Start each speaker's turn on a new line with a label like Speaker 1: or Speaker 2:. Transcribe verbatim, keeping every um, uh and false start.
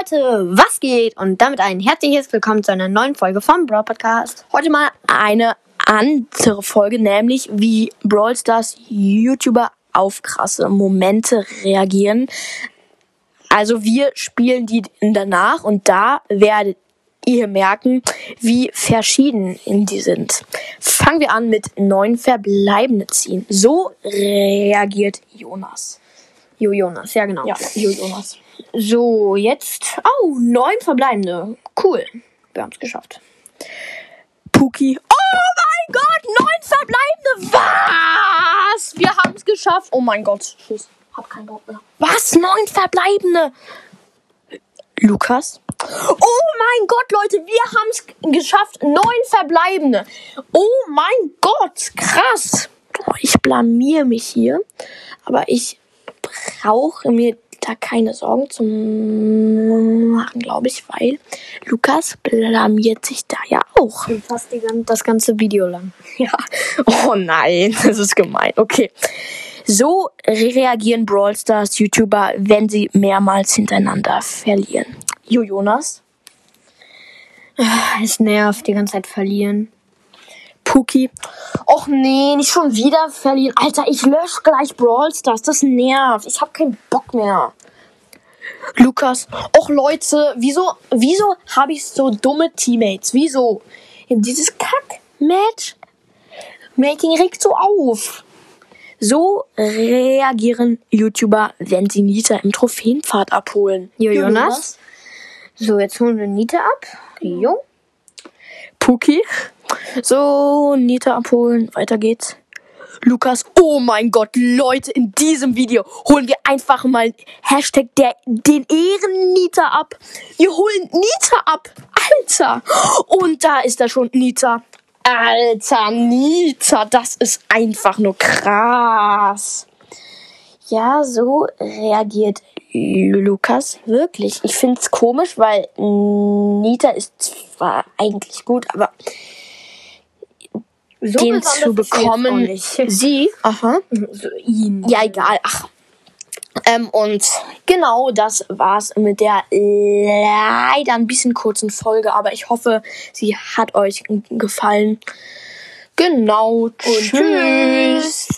Speaker 1: Leute, was geht? Und damit ein herzliches Willkommen zu einer neuen Folge vom Brawl Podcast.
Speaker 2: Heute mal eine andere Folge, nämlich wie Brawl Stars YouTuber auf krasse Momente reagieren. Also wir spielen die danach und da werdet ihr merken, wie verschieden die sind. Fangen wir an mit neun verbleibende ziehen. So reagiert Jonas.
Speaker 1: Jo Jonas, ja genau.
Speaker 2: Ja, Jo Jonas.
Speaker 1: So, jetzt, oh, neun verbleibende. Cool, wir haben es geschafft.
Speaker 2: Puki. Oh mein Gott, neun verbleibende. Was? Wir haben es geschafft. Oh mein Gott. Tschüss. Hab keinen Bock mehr. Was? Neun verbleibende. Lukas. Oh mein Gott, Leute, wir haben es geschafft. Neun verbleibende. Oh mein Gott, krass. Oh, ich blamier mich hier. Aber ich brauche mir da keine Sorgen zu machen, glaube ich, weil Lukas blamiert sich da ja auch.
Speaker 1: Fast die, das ganze Video lang.
Speaker 2: Ja. Oh nein, das ist gemein. Okay. So reagieren Brawl Stars YouTuber, wenn sie mehrmals hintereinander verlieren. Jo Jonas.
Speaker 1: Es nervt, die ganze Zeit verlieren.
Speaker 2: Puki. Och nee, nicht schon wieder verlieren. Alter, ich lösche gleich Brawl Stars. Das nervt. Ich hab keinen Bock mehr. Lukas. Och Leute, wieso, wieso habe ich so dumme Teammates? Wieso? Dieses Kack-Match Making regt so auf. So reagieren YouTuber, wenn sie Nita im Trophäenpfad abholen.
Speaker 1: Jo Jonas. So, jetzt holen wir Nita ab. Jo.
Speaker 2: Puki. So, Nita abholen. Weiter geht's. Lukas. Oh mein Gott, Leute, in diesem Video holen wir einfach mal Hashtag der, den Ehren-Nita ab. Wir holen Nita ab. Alter. Und da ist er schon, Nita. Alter, Nita, das ist einfach nur krass. Ja, so reagiert Lukas wirklich. Ich find's komisch, weil Nita ist zwar eigentlich gut, aber so den zu bekommen, sie, aha,
Speaker 1: so ihn.
Speaker 2: Ja, egal, ach. Ähm, und genau das war's mit der leider ein bisschen kurzen Folge, aber ich hoffe, sie hat euch gefallen. Genau,
Speaker 1: und tschüss.